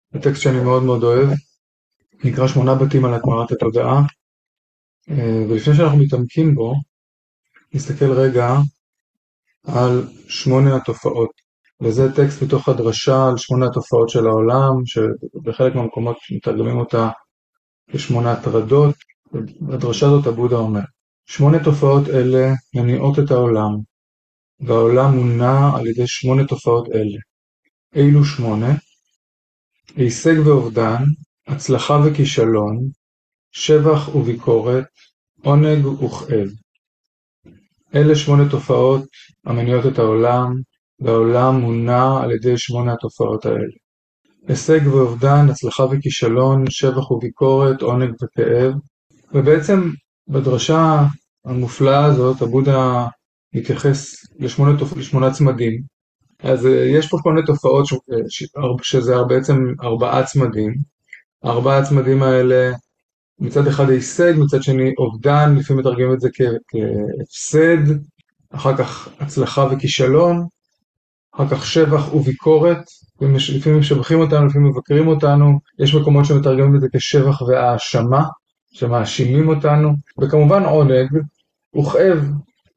הטקסט שאני מאוד מאוד אוהב, נקרא 8 בתים על התמרת התודעה, ולפני שאנחנו מתעמקים בו, נסתכל רגע על 8 התופעות. וזה טקסט מתוך הדרשה על 8 התופעות של העולם, שבחלק מהמקומות מתרגמים אותה ל8 הטרדות. בדרשה הזאת הבודה אומר, 8 תופעות אלה מניעות את העולם, והעולם מונע על ידי 8 תופעות אלה. אילו 8? הישג ואובדן, הצלחה וכישלון, שבח וביקורת, עונג וכאב. אלה 8 תופעות המניעות את העולם, והעולם מונע על ידי 8 התופעות האלה. הישג ואובדן, הצלחה וכישלון, שבח וביקורת, עונג וכאב. ובעצם בדרשה המופלאה הזאת, הבודה מתייחס לשמונה צמדים. אז יש פה 8 תופעות שזה בעצם 4 צמדים. 4 הצמדים האלה, מצד אחד הישג, מצד שני אובדן, לפעמים מתרגמים את זה כהפסד, אחר כך הצלחה וכישלון, אחר כך שבח וביקורת, לפעמים משבחים אותנו, לפעמים מבקרים אותנו, יש מקומות שמתרגמים את זה כשבח והאשמה, שמאשימים אותנו, וכמובן עונג וכאב.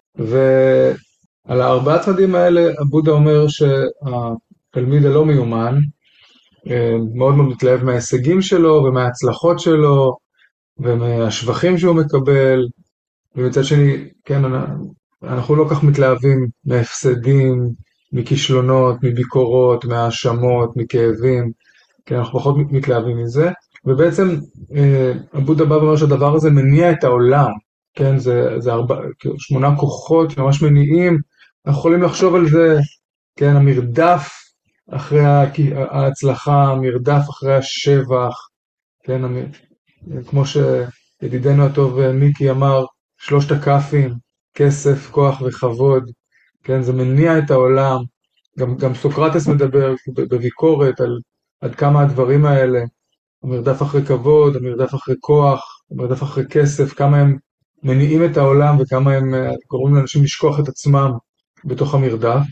ועל 4 הצמדים האלה הבודה אומר שהתלמיד הלא מיומן מאוד מאוד מתלהב מההישגים שלו ומההצלחות שלו ומהשבחים שהוא מקבל, ומצד שני, כן, אנחנו לא כך מתלהבים מהפסדים, מכישלונות, מביקורות, מהאשמות, מכאבים, כן, אנחנו פחות מתלהבים מזה, ובעצם הבודה בא ואומר שהדבר הזה מניע את העולם, כן, זה 8 כוחות ממש מניעים, אנחנו יכולים לחשוב על זה, כן, המרדף אחרי ההצלחה, המרדף אחרי השבח, כן, כמו שידידנו הטוב מיקי אמר, 3 הכ"פים, כסף, כוח וכבוד, כן, זה מניע את העולם. גם סוקרטס מדבר בביקורת על עד כמה הדברים האלה, המרדף אחרי כבוד, המרדף אחרי כוח, המרדף אחרי כסף, כמה הם מניעים את העולם וכמה הם גורמים לאנשים לשכוח את עצמם בתוך המרדף.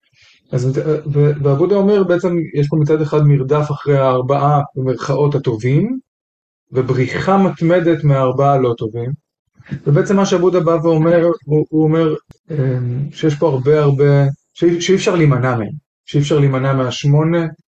והבודה אומר בעצם יש פה מצד אחד מרדף אחרי 4 במרכאות הטובים, ובריחה מתמדת מ4 הלא טובים. ובעצם מה שהבודה בא ואומר, הוא אומר שיש פה הרבה, שאי אפשר להימנע מהם, שאי אפשר להימנע מה8,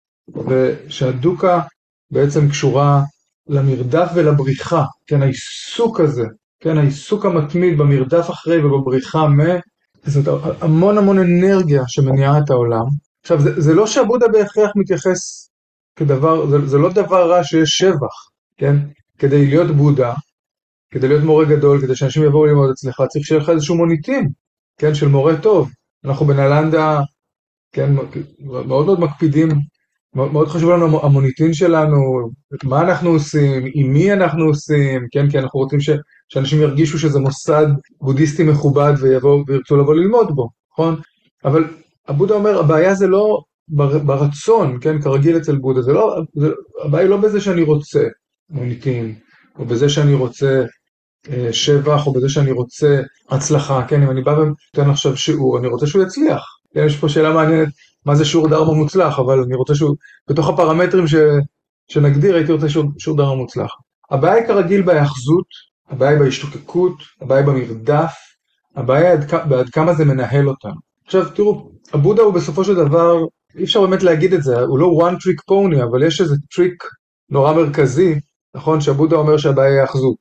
ושהדוקה בעצם קשורה למרדף ולבריחה, כן, העיסוק הזה, כן, העיסוק המתמיד במרדף אחרי ובבריחה זאת המון אנרגיה שמניעה את העולם. עכשיו, זה לא שהבודה בהכרח מתייחס כדבר, זה לא דבר רע שיש שבח, כן? כדי להיות בודה, כדי להיות מורה גדול, כדי שאנשים יבואו ללמוד אצלך, צריך שיהיה לך איזשהו מוניטין, כן, של מורה טוב. אנחנו בנלנדה, כן, מאוד מקפידים, מאוד חשוב לנו המוניטין שלנו, מה אנחנו עושים, עם מי אנחנו עושים, כן, כי אנחנו רוצים שאנשים ירגישו שזה מוסד בודהיסטי מכובד וירצו לבוא ללמוד בו, נכון? אבל הבודה אומר, הבעיה זה לא ברצון, כן, כרגיל אצל בודה, הבעיה היא לא בזה שאני רוצה מוניטין, או בזה שאני רוצה שבח, או בזה שאני רוצה הצלחה, כן, אם אני בא ונותן עכשיו שיעור, אני רוצה שהוא יצליח, כן, יש פה שאלה מעניינת, מה זה שיעור דרמה מוצלח, אבל אני רוצה שהוא, בתוך הפרמטרים שנגדיר, הייתי רוצה שיעור דרמה מוצלח. הבעיה היא כרגיל בהיאחזות, הבעיה היא בהשתוקקות, הבעיה היא במרדף, הבעיה היא בעד כמה זה מנהל אותנו. עכשיו תראו, הבודה הוא בסופו של דבר, אי אפשר באמת להגיד את זה, הוא לא one trick pony, אבל יש איזה טריק נורא מרכזי, נכון, שהבודה אומר שהבעיה היא היאחזות.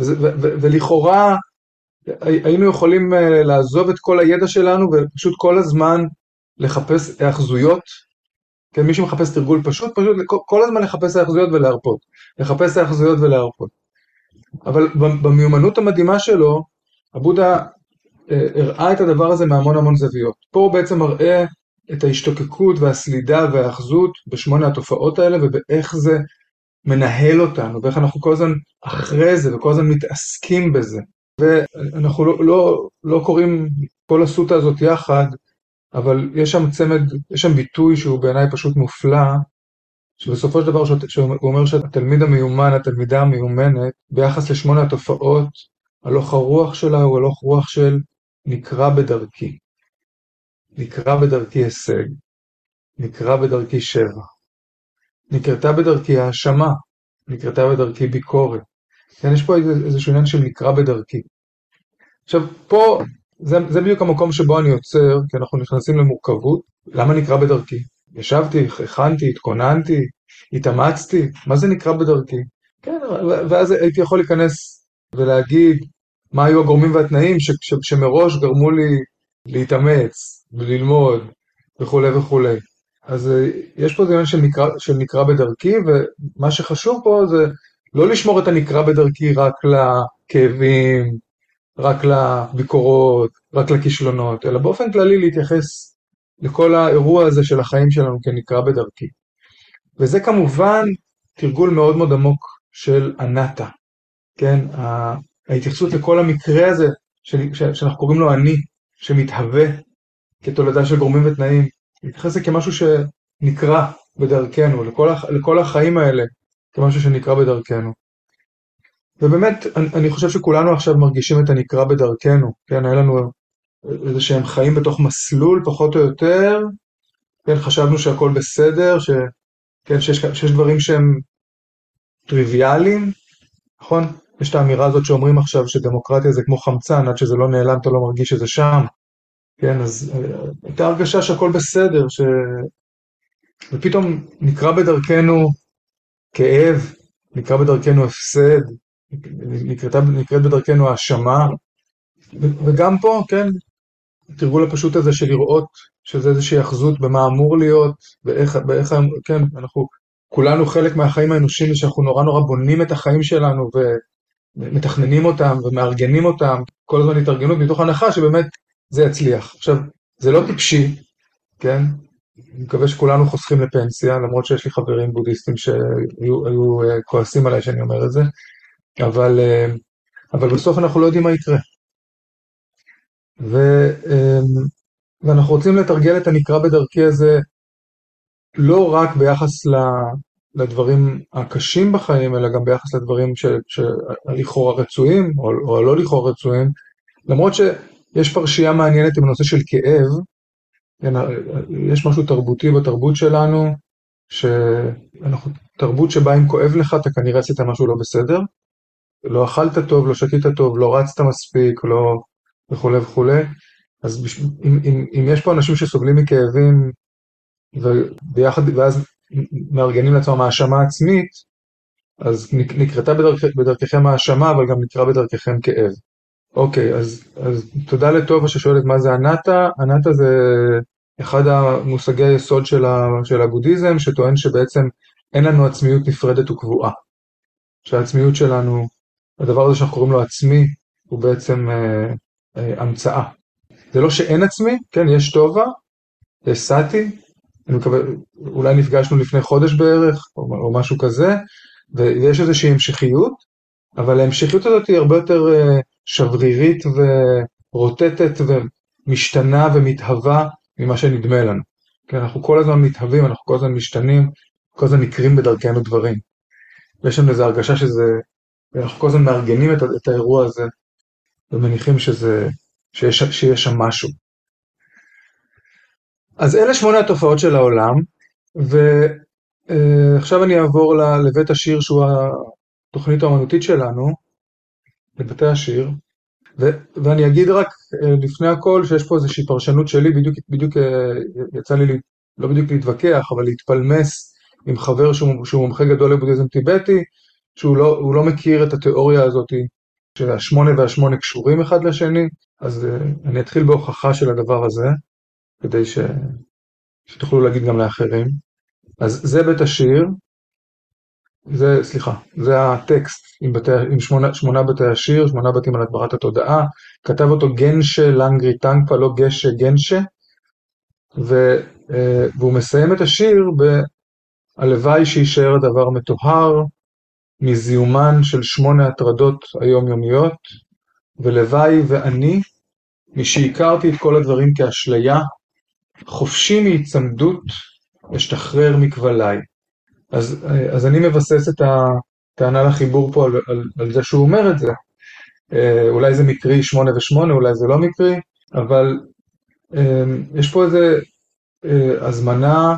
ולכאורה היינו יכולים לעזוב את כל הידע שלנו ופשוט כל הזמן לחפש האחזויות, כן, מי שמחפש תרגול פשוט כל הזמן לחפש האחזויות ולהרפות, לחפש האחזויות ולהרפות. אבל במיומנות המדהימה שלו, הבודה הראה את הדבר הזה מהמון זוויות. פה הוא בעצם מראה את ההשתוקקות והסלידה והאחזות ב8 התופעות האלה, ובאיך זה מנהל אותנו, ואיך אנחנו כל הזמן אחרי זה, וכל הזמן מתעסקים בזה. ואנחנו לא קוראים כל הסוטה הזאת יחד, אבל יש שם צמד, יש שם ביטוי שהוא בעיניי פשוט מופלא, שבסופו של דבר הוא אומר שהתלמיד המיומן, התלמידה המיומנת, ביחס ל8 התופעות, הלוך הרוח שלה הוא הלוך רוח של נקרא בדרכי. נקרא בדרכי הישג, נקרא בדרכי שבח, נקרתה בדרכי האשמה, נקרתה בדרכי ביקורת. כן, יש פה איזשהו עניין של נקרא בדרכי. עכשיו, פה, זה בדיוק המקום שבו אני יוצר, כי אנחנו נכנסים למורכבות. למה נקרא בדרכי? ישבתי, הכנתי, התכוננתי, התאמצתי, מה זה נקרא בדרכי? כן, ואז הייתי יכול להיכנס ולהגיד מה היו הגורמים והתנאים שמראש גרמו לי להתאמץ וללמוד וכו' וכו'. אז יש פה עניין של נקרא בדרכי, ומה שחשוב פה זה לא לשמור את הנקרא בדרכי רק לכאבים, רק לביקורות, רק לכישלונות, אלא באופן כללי להתייחס לכל האירוע הזה של החיים שלנו כנקרא בדרכי. וזה כמובן תרגול מאוד מאוד עמוק של אנטה, כן? ההתייחסות לכל המקרה הזה שאנחנו קוראים לו אני, שמתהווה כתולדה של גורמים ותנאים, להתייחס לזה כמשהו שנקרא בדרכנו, לכל החיים האלה כמשהו שנקרא בדרכנו. ובאמת, אני חושב שכולנו עכשיו מרגישים את הנקרא בדרכנו, כן, היה לנו איזה שהם חיים בתוך מסלול פחות או יותר, כן, חשבנו שהכל בסדר, כן, שיש דברים שהם טריוויאליים, נכון? יש את האמירה הזאת שאומרים עכשיו שדמוקרטיה זה כמו חמצן, עד שזה לא נעלם אתה לא מרגיש שזה שם, כן, אז הייתה הרגשה שהכל בסדר, ופתאום נקרא בדרכנו כאב, נקרא בדרכנו הפסד, נקראת בדרכנו האשמה, וגם פה, כן, התרגול הפשוט הזה של לראות שזה איזושהי אחזות במה אמור להיות, כן, אנחנו כולנו חלק מהחיים האנושיים, שאנחנו נורא נורא בונים את החיים שלנו, ומתכננים אותם, ומארגנים אותם, כל הזמן התארגנות, מתוך הנחה שבאמת זה יצליח. עכשיו, זה לא טיפשי, כן? אני מקווה שכולנו חוסכים לפנסיה, למרות שיש לי חברים בודהיסטים שהיו כועסים עליי שאני אומר את זה, אבל בסוף אנחנו לא יודעים מה יקרה. ואנחנו רוצים לתרגל את הנקרא בדרכי הזה, לא רק ביחס לדברים הקשים בחיים, אלא גם ביחס לדברים שלכאורה רצויים, או לא לכאורה רצויים, למרות שיש פרשייה מעניינת עם הנושא של כאב, יש משהו תרבותי בתרבות שלנו, תרבות שבה אם כואב לך, אתה כנראה עשית משהו לא בסדר, לא אכלת טוב, לא שתית טוב, לא רצת מספיק, לא וכו' וכו'. אז אם יש פה אנשים שסובלים מכאבים, ואז מארגנים לעצמם האשמה עצמית, אז נקרתה בדרככם האשמה, אבל גם נקרא בדרככם כאב. אוקיי, אז תודה לטובה ששואלת מה זה אנטה. אנטה זה אחד המושגי היסוד של הבודהיזם, שטוען שבעצם אין לנו עצמיות נפרדת וקבועה. שהעצמיות שלנו, הדבר הזה שאנחנו קוראים לו עצמי, הוא בעצם המצאה. זה לא שאין עצמי, כן, יש טובה, יש סאטי, אני מקווה, אולי נפגשנו לפני חודש בערך, או משהו כזה, ויש איזושהי המשכיות, אבל ההמשכיות הזאת היא הרבה יותר שברירית ורוטטת ומשתנה ומתהווה ממה שנדמה לנו. כן, אנחנו כל הזמן מתהווים, אנחנו כל הזמן משתנים, כל הזמן נקרים בדרכנו דברים. ויש לנו איזו הרגשה אנחנו כל הזמן מארגנים את האירוע הזה, ומניחים שיש שם משהו. אז אלה 8 התופעות של העולם, ועכשיו אני אעבור לבית השיר שהוא התוכנית האמנותית שלנו, לבתי השיר, ואני אגיד רק לפני הכל שיש פה איזושהי פרשנות שלי, בדיוק יצא לי לא בדיוק להתווכח, אבל להתפלמס עם חבר שהוא מומחה גדול לבודהיזם טיבטי, שהוא לא מכיר את התיאוריה הזאת, שהשמונה והשמונה קשורים אחד לשני, אז אני אתחיל בהוכחה של הדבר הזה, כדי שתוכלו להגיד גם לאחרים. אז זה בית השיר, זה הטקסט עם 8 בתי השיר, 8 בתים על הדברת התודעה, כתב אותו גנשה לנגרי טנגפה, לא גשה, גנשה, והוא מסיים את השיר הלוואי שישאר הדבר מטוהר, מזיומן של 8 הטרדות היומיומיות, ולוואי ואני, משהכרתי את כל הדברים כאשליה, חופשי מהצמדות, אשתחרר מכבליי. אז אני מבסס את הטענה לחיבור פה על זה שהוא אומר את זה. אולי זה מקרי 8 ו8, אולי זה לא מקרי, אבל יש פה איזו הזמנה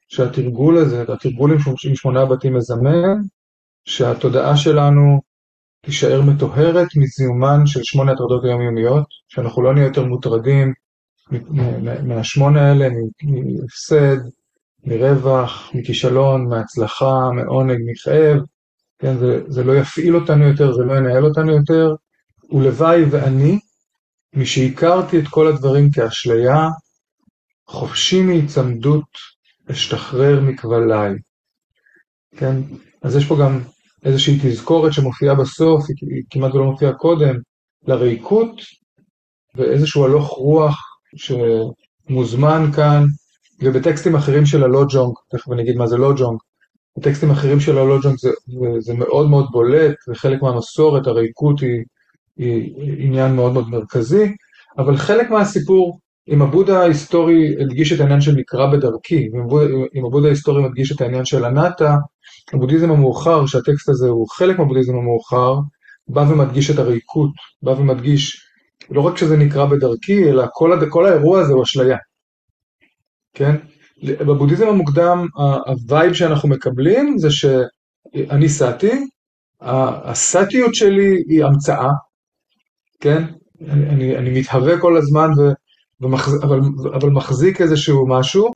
שהתרגול הזה, התרגולים עם 8 בתים מזמן, שהתודעה שלנו תישאר מטוהרת מזיומן של 8 הטרדות היומיומיות, שאנחנו לא נהיה יותר מוטרדים מהשמונה האלה, מהפסד, מרווח, מכישלון, מהצלחה, מעונג, מכאב, כן, זה לא יפעיל אותנו יותר, זה לא ינהל אותנו יותר, ולוואי ואני, משהכרתי את כל הדברים כאשליה, חופשי מהצמדות, אשתחרר מכבליי. כן? אז יש פה גם איזושהי תזכורת שמופיעה בסוף, היא כמעט לא מופיעה קודם, לריקות, ואיזשהו הלוך רוח שמוזמן כאן, ובטקסטים אחרים של הלוג'ונג, תכף אני אגיד מה זה לוג'ונג, בטקסטים אחרים של הלוג'ונג זה מאוד מאוד בולט, וחלק מהמסורת, הריקות היא עניין מאוד מאוד מרכזי, אבל חלק מהסיפור, אם הבודה ההיסטורי הדגיש את העניין של מקרא בדרכי, אם הבודה ההיסטורי מדגיש את העניין של אנטה, הבודהיזם המאוחר, שהטקסט הזה הוא חלק מהבודהיזם המאוחר, בא ומדגיש את הריקות, בא ומדגיש, לא רק שזה נקרא בדרכי, אלא כל האירוע הזה הוא אשליה. כן? בבודהיזם המוקדם, הווייב שאנחנו מקבלים זה שאני סאטי, הסאטיות שלי היא המצאה, כן? אני מתהווה כל הזמן, אבל מחזיק איזשהו משהו,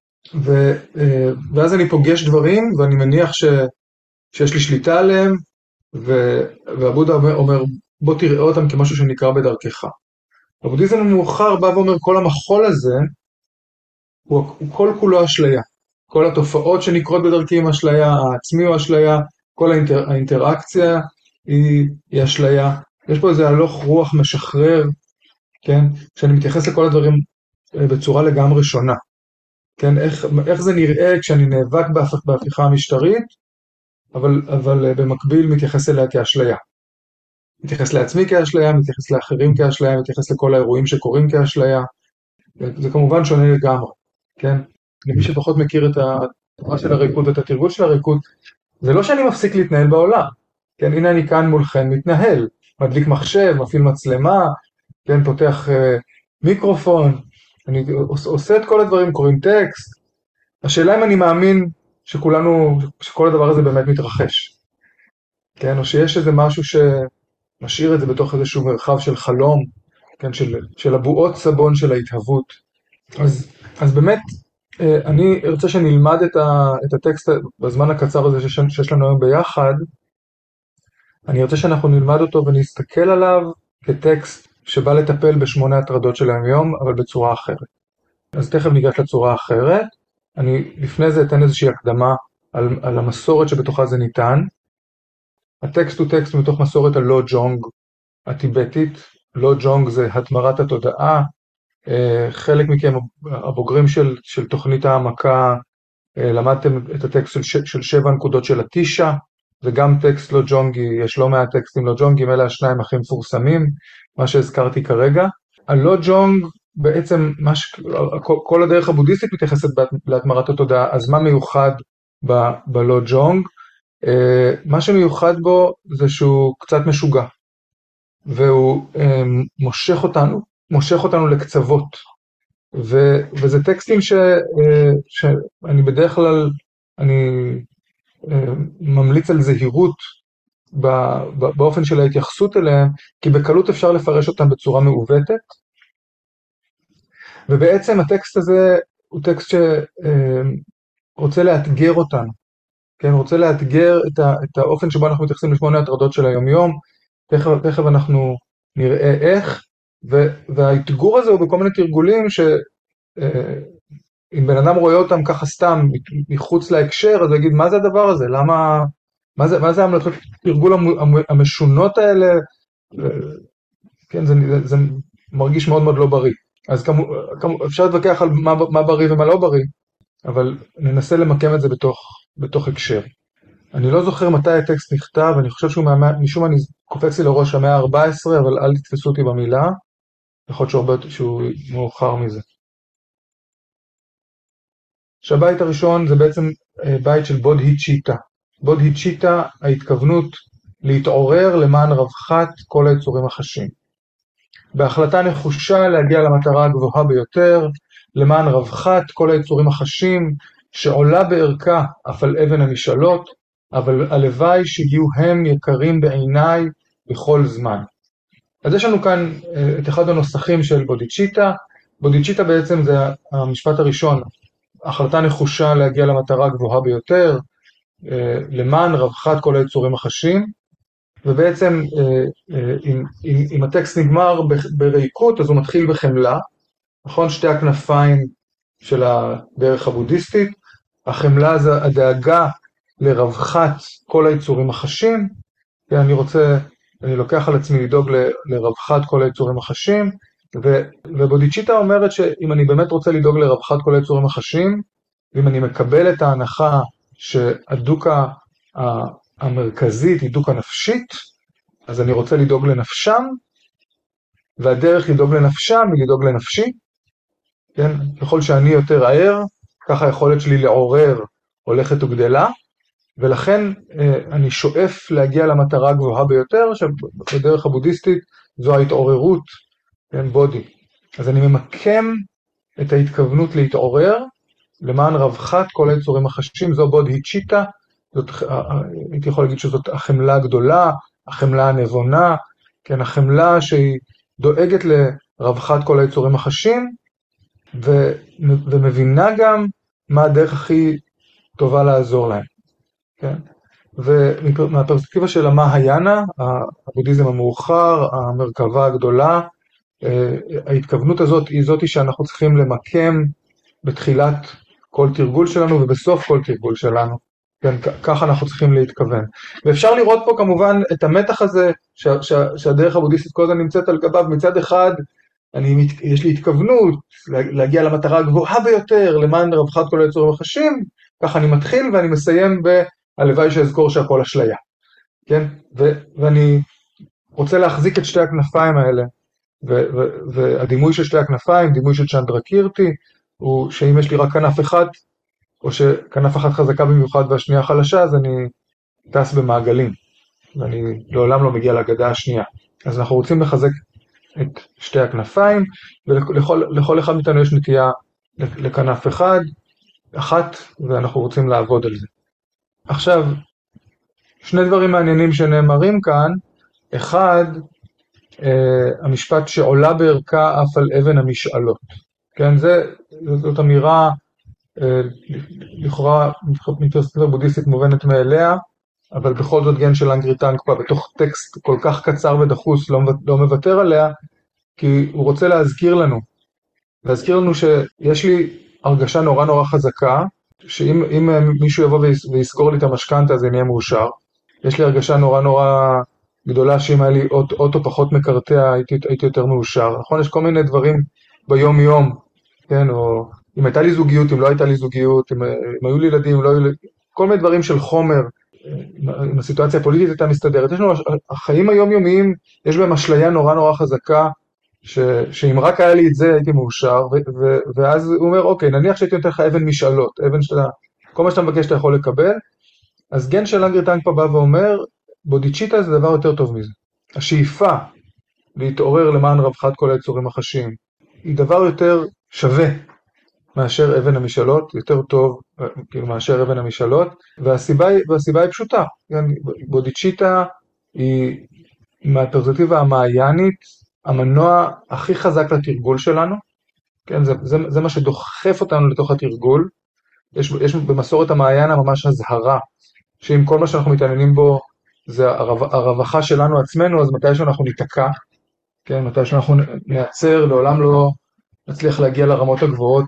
ואז אני פוגש דברים, ואני מניח שיש לי שליטה עליהם, והבודה אומר, בוא תראה אותם כמשהו שנקרא בדרכך. הבודהיזם המאוחר בא ואומר, כל המחול הזה, הוא כל כולו אשליה. כל התופעות שנקרות בדרכי עם אשליה, העצמי הוא אשליה, כל האינטראקציה היא אשליה. יש פה איזה הלוך רוח משחרר, כן? שאני מתייחס לכל הדברים בצורה לגמרי שונה. כן? איך זה נראה כשאני נאבק בהפיכה המשטרית, אבל במקביל מתייחס אליה כאשליה. מתייחס לעצמי כאשליה, מתייחס לאחרים כאשליה, מתייחס לכל האירועים שקורים כאשליה. זה כמובן שונה לגמרי, כן? למי שפחות מכיר את התורה של הריקות ואת התרגול של הריקות, זה לא שאני מפסיק להתנהל בעולם, כן? הנה אני כאן מולכם מתנהל, מדליק מחשב, מפעיל מצלמה, כן? פותח מיקרופון, אני עושה את כל הדברים, קוראים טקסט. השאלה אם אני מאמין שכל הדבר הזה באמת מתרחש, כן? או שיש איזה משהו שמשאיר את זה בתוך איזשהו מרחב של חלום, כן? של הבועות סבון של ההתהוות. אז באמת, אני ארצה שנלמד את הטקסט בזמן הקצר הזה שיש לנו היום ביחד, אני ארצה שאנחנו נלמד אותו ונסתכל עליו כטקסט שבא לטפל ב8 הטרדות של היום, אבל בצורה אחרת. אז תכף ניגש לצורה אחרת. אני לפני זה אתן איזושהי הקדמה על המסורת שבתוכה זה ניתן. הטקסט הוא טקסט מתוך מסורת הלוג'ונג הטיבטית. לוג'ונג זה התמרת התודעה. חלק מכם, הבוגרים של תוכנית העמקה, למדתם את הטקסט של 7 נקודות של הטישה, זה גם טקסט לוג'ונגי, יש לא מעט טקסטים לוג'ונגים, אלה השניים הכי מפורסמים, מה שהזכרתי כרגע. הלוג'ונג בעצם, כל הדרך הבודהיסטית מתייחסת להתמרת התודעה, אז מה מיוחד בלוג'ונג? מה שמיוחד בו זה שהוא קצת משוגע, והוא מושך אותנו לקצוות, וזה טקסטים שאני בדרך כלל, אני ממליץ על זהירות באופן של ההתייחסות אליהם, כי בקלות אפשר לפרש אותם בצורה מעוותת, ובעצם הטקסט הזה הוא טקסט שרוצה לאתגר אותנו, כן? רוצה לאתגר את האופן שבו אנחנו מתייחסים ל8 הטרדות של היומיום, תכף אנחנו נראה איך, וההתגור הזה הוא בכל מיני תרגולים אם בן אדם רואה אותם ככה סתם מחוץ להקשר, אז הוא יגיד, מה זה הדבר הזה? מה זה המלאכות תרגול המשונות האלה? כן, זה מרגיש מאוד מאוד לא בריא. אז אפשר להתווכח על מה בריא ומה לא בריא, אבל ננסה למקם את זה בתוך הקשר. אני לא זוכר מתי הטקסט נכתב, אני חושב משום אני קופץ לי לראש המאה ה-14, אבל אל תתפסו אותי במילה, יכול להיות שהוא מאוחר מזה. שהבית הראשון זה בעצם בית של בודהיצ'יטה. בודהיצ'יטה, ההתכוונות להתעורר למען רווחת כל היצורים החשים. בהחלטה נחושה להגיע למטרה הגבוהה ביותר, למען רווחת כל היצורים החשים, שעולה בערכה אף על אבן המשאלות, אבל הלוואי שיהיו הם יקרים בעיניי בכל זמן. אז יש לנו כאן את אחד הנוסחים של בודיצ'יטה. בודיצ'יטה בעצם זה המשפט הראשון, החלטה נחושה להגיע למטרה הגבוהה ביותר, למען רווחת כל היצורים החשים, ובעצם אם הטקסט נגמר בריקות, אז הוא מתחיל בחמלה, נכון? שתי הכנפיים של הדרך הבודהיסטית, החמלה זה הדאגה לרווחת כל היצורים החשים, אני לוקח על עצמי לדאוג לרווחת כל היצורים החשים, ובודיצ'יטה אומרת שאם אני באמת רוצה לדאוג לרווחת כל היצורים החשים, ואם אני מקבל את ההנחה שהדוקה המרכזית היא דוקה נפשית, אז אני רוצה לדאוג לנפשם, והדרך לדאוג לנפשם היא לדאוג לנפשי, כן? ככל שאני יותר ער, ככה היכולת שלי לעורר הולכת וגדלה, ולכן אני שואף להגיע למטרה הגבוהה ביותר, שבדרך הבודהיסטית זו ההתעוררות, כן, בודי. אז אני ממקם את ההתכוונות להתעורר, למען רווחת כל היצורים החשים, זו בודהיצ'יטה, הייתי יכול להגיד שזאת החמלה הגדולה, החמלה הנבונה, כן, החמלה שהיא דואגת לרווחת כל היצורים החשים, ומבינה גם מה הדרך הכי טובה לעזור להם. כן? ומהפרספקטיבה של המהיאנה, הבודהיזם המאוחר, המרכבה הגדולה, ההתכוונות הזאת היא זאת שאנחנו צריכים למקם בתחילת כל תרגול שלנו ובסוף כל תרגול שלנו. כן, ככה אנחנו צריכים להתכוון. ואפשר לראות פה כמובן את המתח הזה שהדרך הבודהיסטית כל הזמן נמצאת על גביו. מצד אחד, יש לי התכוונות להגיע למטרה הגבוהה ביותר, למען רווחת כל היצורים החשים, ככה אני מתחיל ואני מסיים הלוואי שאזכור שהכל אשליה, כן? ואני רוצה להחזיק את שתי הכנפיים האלה, והדימוי של שתי הכנפיים, דימוי של צ'נדרקירטי, הוא שאם יש לי רק כנף אחת, או שכנף אחת חזקה במיוחד והשנייה חלשה, אז אני טס במעגלים, ואני לעולם לא מגיע לגדה השנייה. אז אנחנו רוצים לחזק את שתי הכנפיים, ולכל אחד מאיתנו יש נטייה לכנף אחת, ואנחנו רוצים לעבוד על זה. עכשיו, שני דברים מעניינים שנאמרים כאן, אחד, המשפט שעולה בערכה אף על אבן המשאלות. כן, זאת אמירה, לכאורה, מפרספקטיבה בודהיסטית מובנת מאליה, אבל בכל זאת גן של אנגרי טנקפה, בתוך טקסט כל כך קצר ודחוס, לא מוותר עליה, כי הוא רוצה להזכיר לנו שיש לי הרגשה נורא נורא חזקה, שאם מישהו יבוא ויסגור לי את המשכנתה, אז אני אהיה מאושר. יש לי הרגשה נורא נורא גדולה, שאם היה לי אוטו פחות מקרטע, הייתי יותר מאושר. נכון? יש כל מיני דברים ביום יום, כן? או אם הייתה לי זוגיות, אם לא הייתה לי זוגיות, אם היו לי ילדים, אם לא היו לי... כל מיני דברים של חומר, אם הסיטואציה הפוליטית הייתה מסתדרת. יש לנו, החיים היומיומיים, יש בהם אשליה נורא נורא חזקה, שאם רק היה לי את זה הייתי מאושר, ואז הוא אומר, אוקיי, נניח שהייתי נותן לך אבן משאלות, כל מה שאתה מבקש אתה יכול לקבל, אז גן של אנגרי טנקפה בא ואומר, בודיצ'יטה זה דבר יותר טוב מזה. השאיפה להתעורר למען רווחת כל היצורים החשים, היא דבר יותר שווה מאשר אבן המשאלות, יותר טוב מאשר אבן המשאלות, והסיבה היא פשוטה. בודיצ'יטה היא מהפרספקטיבה המעיינית, המנוע הכי חזק לתרגול שלנו, כן, זה מה שדוחף אותנו לתוך התרגול. יש במסורת המעיינה ממש הזהרה, שאם כל מה שאנחנו מתעניינים בו זה הרווחה שלנו עצמנו, אז מתי שאנחנו ניתקע, כן, מתי שאנחנו נעצר, לעולם לא נצליח להגיע לרמות הגבוהות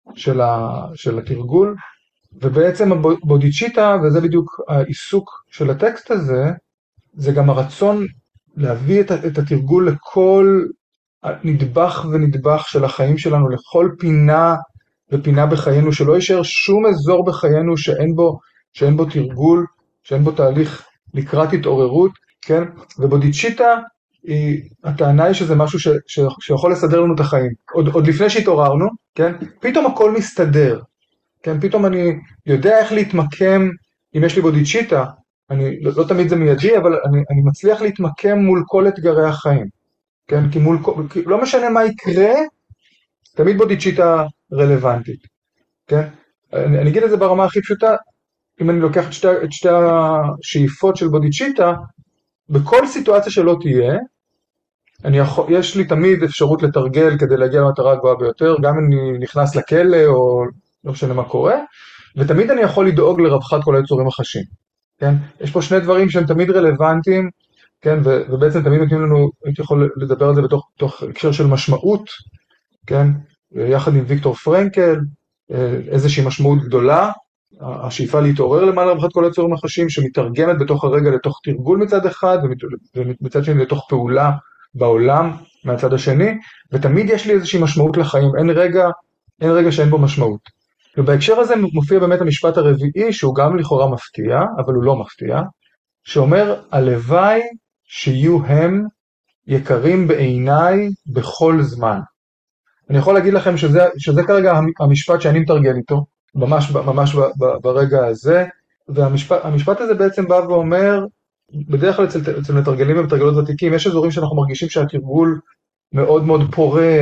של התרגול, ובעצם הבודיצ'יטה, וזה בדיוק העיסוק של הטקסט הזה, זה גם הרצון להביא את התרגול לכל נדבך ונדבך של החיים שלנו, לכל פינה ופינה בחיינו, שלא יישאר שום אזור בחיינו שאין בו תרגול, שאין בו תהליך לקראת התעוררות, כן? ובודיצ'יטה, הטענה היא שזה משהו שיכול לסדר לנו את החיים. עוד לפני שהתעוררנו, כן? פתאום הכל מסתדר, כן? פתאום אני יודע איך להתמקם, אם יש לי בודיצ'יטה, לא תמיד זה מיידי, אבל אני מצליח להתמקם מול כל אתגרי החיים, כן? כי לא משנה מה יקרה, תמיד בודיצ'יטה רלוונטית, כן? אני אגיד את זה ברמה הכי פשוטה, אם אני לוקח את שתי השאיפות של בודיצ'יטה, בכל סיטואציה שלא תהיה, יש לי תמיד אפשרות לתרגל כדי להגיע למטרה הגבוהה ביותר, גם אם אני נכנס לכלא או לא משנה מה קורה, ותמיד אני יכול לדאוג לרווחת כל היצורים החשים. כן? יש פה שני דברים שהם תמיד רלוונטיים, כן? ובעצם תמיד נותנים לנו, הייתי יכול לדבר על זה בתוך הקשר של משמעות, כן? יחד עם ויקטור פרנקל, איזושהי משמעות גדולה, השאיפה להתעורר למעלה רווחת כל היצורים החשים, שמתרגמת בתוך הרגע לתוך תרגול מצד אחד, ומצד שני לתוך פעולה בעולם מהצד השני, ותמיד יש לי איזושהי משמעות לחיים, אין רגע שאין בו משמעות. ובהקשר הזה מופיע באמת המשפט הרביעי, שהוא גם לכאורה מפתיע, אבל הוא לא מפתיע, שאומר, הלוואי שיהיו הם יקרים בעיניי בכל זמן. אני יכול להגיד לכם שזה כרגע המשפט שאני מתרגל איתו, ממש ברגע הזה, והמשפט הזה בעצם בא ואומר, בדרך כלל אצל מתרגלים ומתרגלות ותיקים, יש אזורים שאנחנו מרגישים שהתרגול מאוד מאוד פורה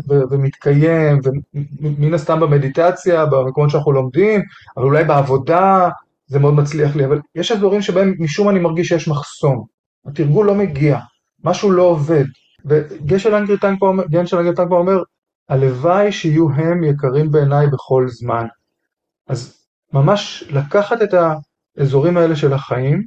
ומתקיים, ומן הסתם במדיטציה, במקומות שאנחנו לומדים, אבל אולי בעבודה זה מאוד מצליח לי, אבל יש אזורים שבהם משום אני מרגיש שיש מחסום, התרגול לא מגיע, משהו לא עובד, וגשל אנגריטנג פה אומר, הלוואי שיהיו הם יקרים בעיניי בכל זמן. אז ממש לקחת את האזורים האלה של החיים,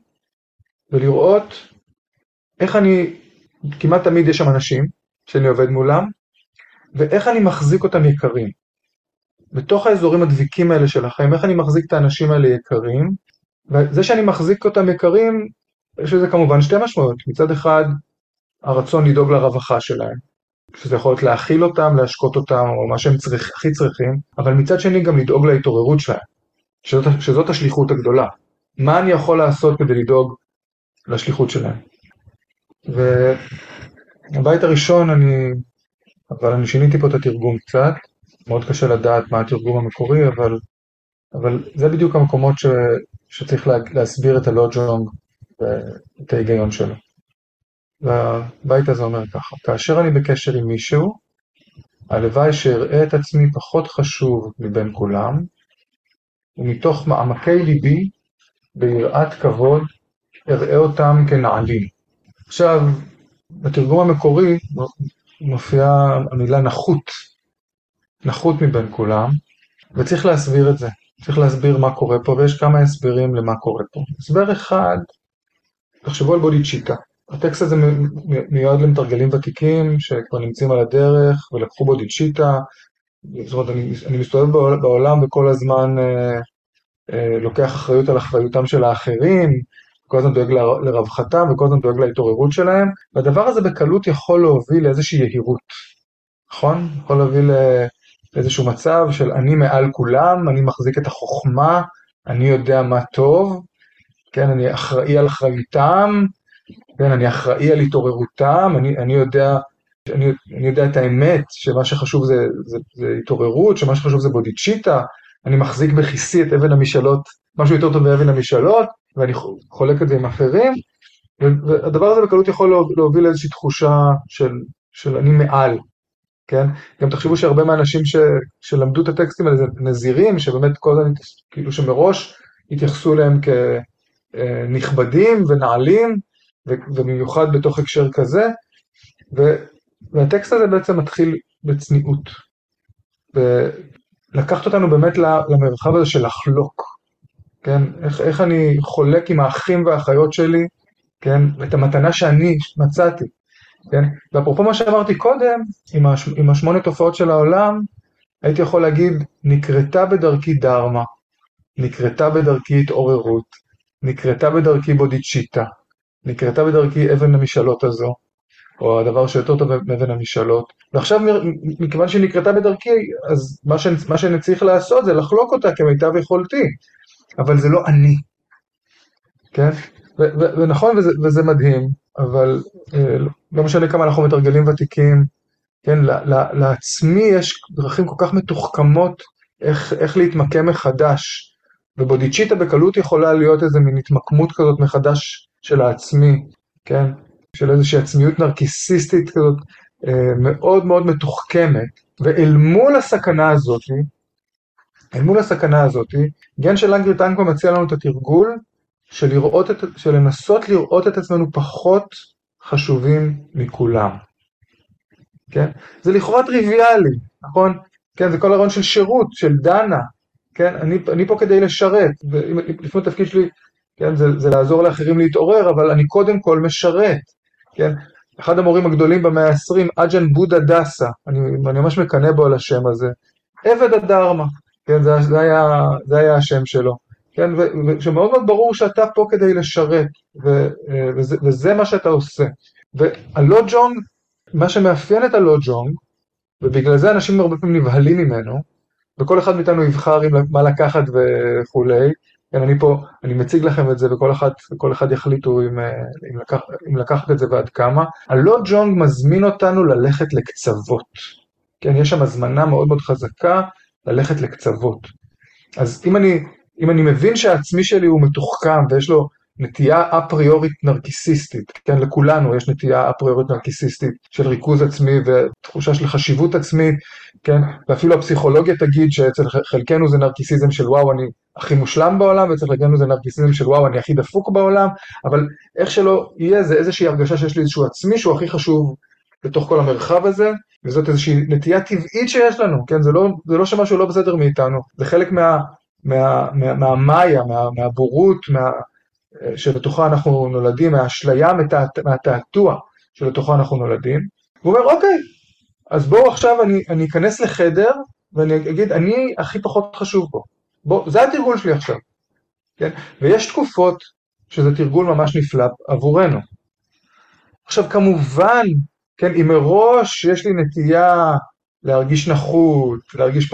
ולראות איך כמעט תמיד יש שם אנשים, שאני עובד מולם, ואיך אני מחזיק אותם יקרים. בתוך האזורים הדביקים האלה של החיים, איך אני מחזיק את האנשים האלה יקרים, וזה שאני מחזיק אותם יקרים, יש לזה כמובן שתי משמעויות. מצד אחד, הרצון לדאוג לרווחה שלהם, שזה יכול להיות להאכיל אותם, להשקות אותם, או מה שהם הכי צריכים, אבל מצד שני גם לדאוג להתעוררות שלהם, שזאת השליחות הגדולה. מה אני יכול לעשות כדי לדאוג לשליחות שלהם? והבית הראשון, אבל אני שיניתי פה את התרגום קצת, מאוד קשה לדעת מה התרגום המקורי, אבל זה בדיוק המקומות שצריך להסביר את הלוג'ונג ואת ההיגיון שלו. והבית הזה אומר ככה, כאשר אני בקשר עם מישהו, הלוואי שאראה את עצמי פחות חשוב מבין כולם, ומתוך מעמקי ליבי, ביראת כבוד, אראה אותם כנעלים. עכשיו, בתרגום המקורי מופיעה המילה נחות מבין כולם, וצריך להסביר את זה. צריך להסביר מה קורה פה, ויש כמה הסברים למה קורה פה. הסבר אחד, תחשבו על בודיצ'יטה. הטקסט הזה מיועד למתרגלים ותיקים, שכבר נמצאים על הדרך, ולקחו בודיצ'יטה. זאת אומרת, אני מסתובב בעולם וכל הזמן לוקח אחריות על אחריותם של האחרים, כל הזמן דואג לרווחתם, וכל הזמן דואג להתעוררות שלהם, והדבר הזה בקלות יכול להוביל לאיזושהי יהירות. נכון? יכול להוביל לאיזשהו מצב של אני מעל כולם, אני מחזיק את החוכמה, אני יודע מה טוב, כן, אני אחראי על אחריותם, כן, אני אחראי על התעוררותם, אני יודע את האמת, שמה שחשוב זה התעוררות, שמה שחשוב זה בודיצ'יטה, אני מחזיק בכיסי את אבן המשאלות, משהו יותר טוב באבן המשאלות, ואני חולק את זה עם אחרים, והדבר הזה בקלות יכול להוביל לאיזושהי תחושה של אני מעל, כן? גם תחשבו שהרבה מהאנשים שלמדו את הטקסטים האלה זה נזירים, שבאמת כל הזמן, כאילו שמראש התייחסו להם כנכבדים ונעלים, ובמיוחד בתוך הקשר כזה, והטקסט הזה בעצם מתחיל בצניעות, ולקחת אותנו באמת למרחב הזה של לחלוק, כן? איך אני חולק עם האחים והאחיות שלי, כן? את המתנה שאני מצאתי, כן? ואפרופו מה שאמרתי קודם, עם השמונה תופעות של העולם, הייתי יכול להגיד, נקרתה בדרכי דרמה, נקרתה בדרכי התעוררות, נקרתה בדרכי בודיצ'יטה, נקרתה בדרכי אבן המשאלות הזו, או הדבר שיותר טוב מאבן המשאלות, ועכשיו מכיוון שהיא נקרתה בדרכי, אז מה שאני צריך לעשות זה לחלוק אותה כמיטב יכולתי, אבל זה לא אני, כן? ונכון, וזה מדהים, אבל לא משנה כמה אנחנו מתרגלים ותיקים, כן, לעצמי יש דרכים כל כך מתוחכמות איך להתמקם מחדש, ובודיצ'יטה בקלות יכולה להיות איזו מין התמקמות כזאת מחדש של העצמי, כן, של איזושהי עצמיות נרקיסיסטית כזאת מאוד מאוד מתוחכמת, ואל מול הסכנה הזאת, אל מול הסכנה הזאת, גן של לנגרי טנקו מציע לנו את התרגול של לנסות לראות את עצמנו פחות חשובים מכולם. כן? זה לכאורה טריוויאלי, נכון? כן, זה כל הרעיון של שירות, של דנה. כן? אני פה כדי לשרת, ולפעמים התפקיד שלי, כן, זה לעזור לאחרים להתעורר, אבל אני קודם כל משרת. כן? אחד המורים הגדולים במאה ה-20, אג'ן בודה דסה, אני ממש מקנא בו על השם הזה, עבד הדרמה, כן, זה היה השם שלו, כן, ושמאוד מאוד ברור שאתה פה כדי לשרת, וזה מה שאתה עושה. והלא ג'ונג, מה שמאפיין את הלא ג'ונג, ובגלל זה אנשים הרבה פעמים נבהלים ממנו, וכל אחד מאיתנו יבחר מה לקחת וכולי, כן, אני מציג לכם את זה, וכל אחד יחליטו אם לקחת את זה ועד כמה. הלא ג'ונג מזמין אותנו ללכת לקצוות. כן, יש שם הזמנה מאוד מאוד חזקה ללכת לקצוות. אז אם אני מבין שהעצמי שלי הוא מתוחכם, ויש לו נטייה אפריורית נרקיסיסטית, כן, לכולנו יש נטייה אפריורית נרקיסיסטית של ריכוז עצמי ותחושה של חשיבות עצמית, כן, ואפילו הפסיכולוגיה תגיד שאצל חלקנו זה נרקיסיזם של וואו אני הכי מושלם בעולם, ואצל חלקנו זה נרקיסיזם של וואו אני הכי דפוק בעולם, אבל איך שלא יהיה זה איזושהי הרגשה שיש לי איזשהו עצמי שהוא הכי חשוב בתוך כל המרחב הזה, וזאת איזושהי נטייה טבעית שיש לנו, כן, זה לא שמשהו לא בסדר מאיתנו, זה חלק מהמאיה, מהבורות, שלתוכה אנחנו נולדים, מהאשליה, מהתעתוע שלתוכה אנחנו נולדים. הוא אומר, אוקיי, אז בואו עכשיו אני אכנס לחדר, ואני אגיד, אני הכי פחות חשוב פה. זה התרגול שלי עכשיו. כן? ויש תקופות שזה תרגול ממש נפלא עבורנו. עכשיו, כמובן, כן, אם מראש יש לי נטייה להרגיש נחות, להרגיש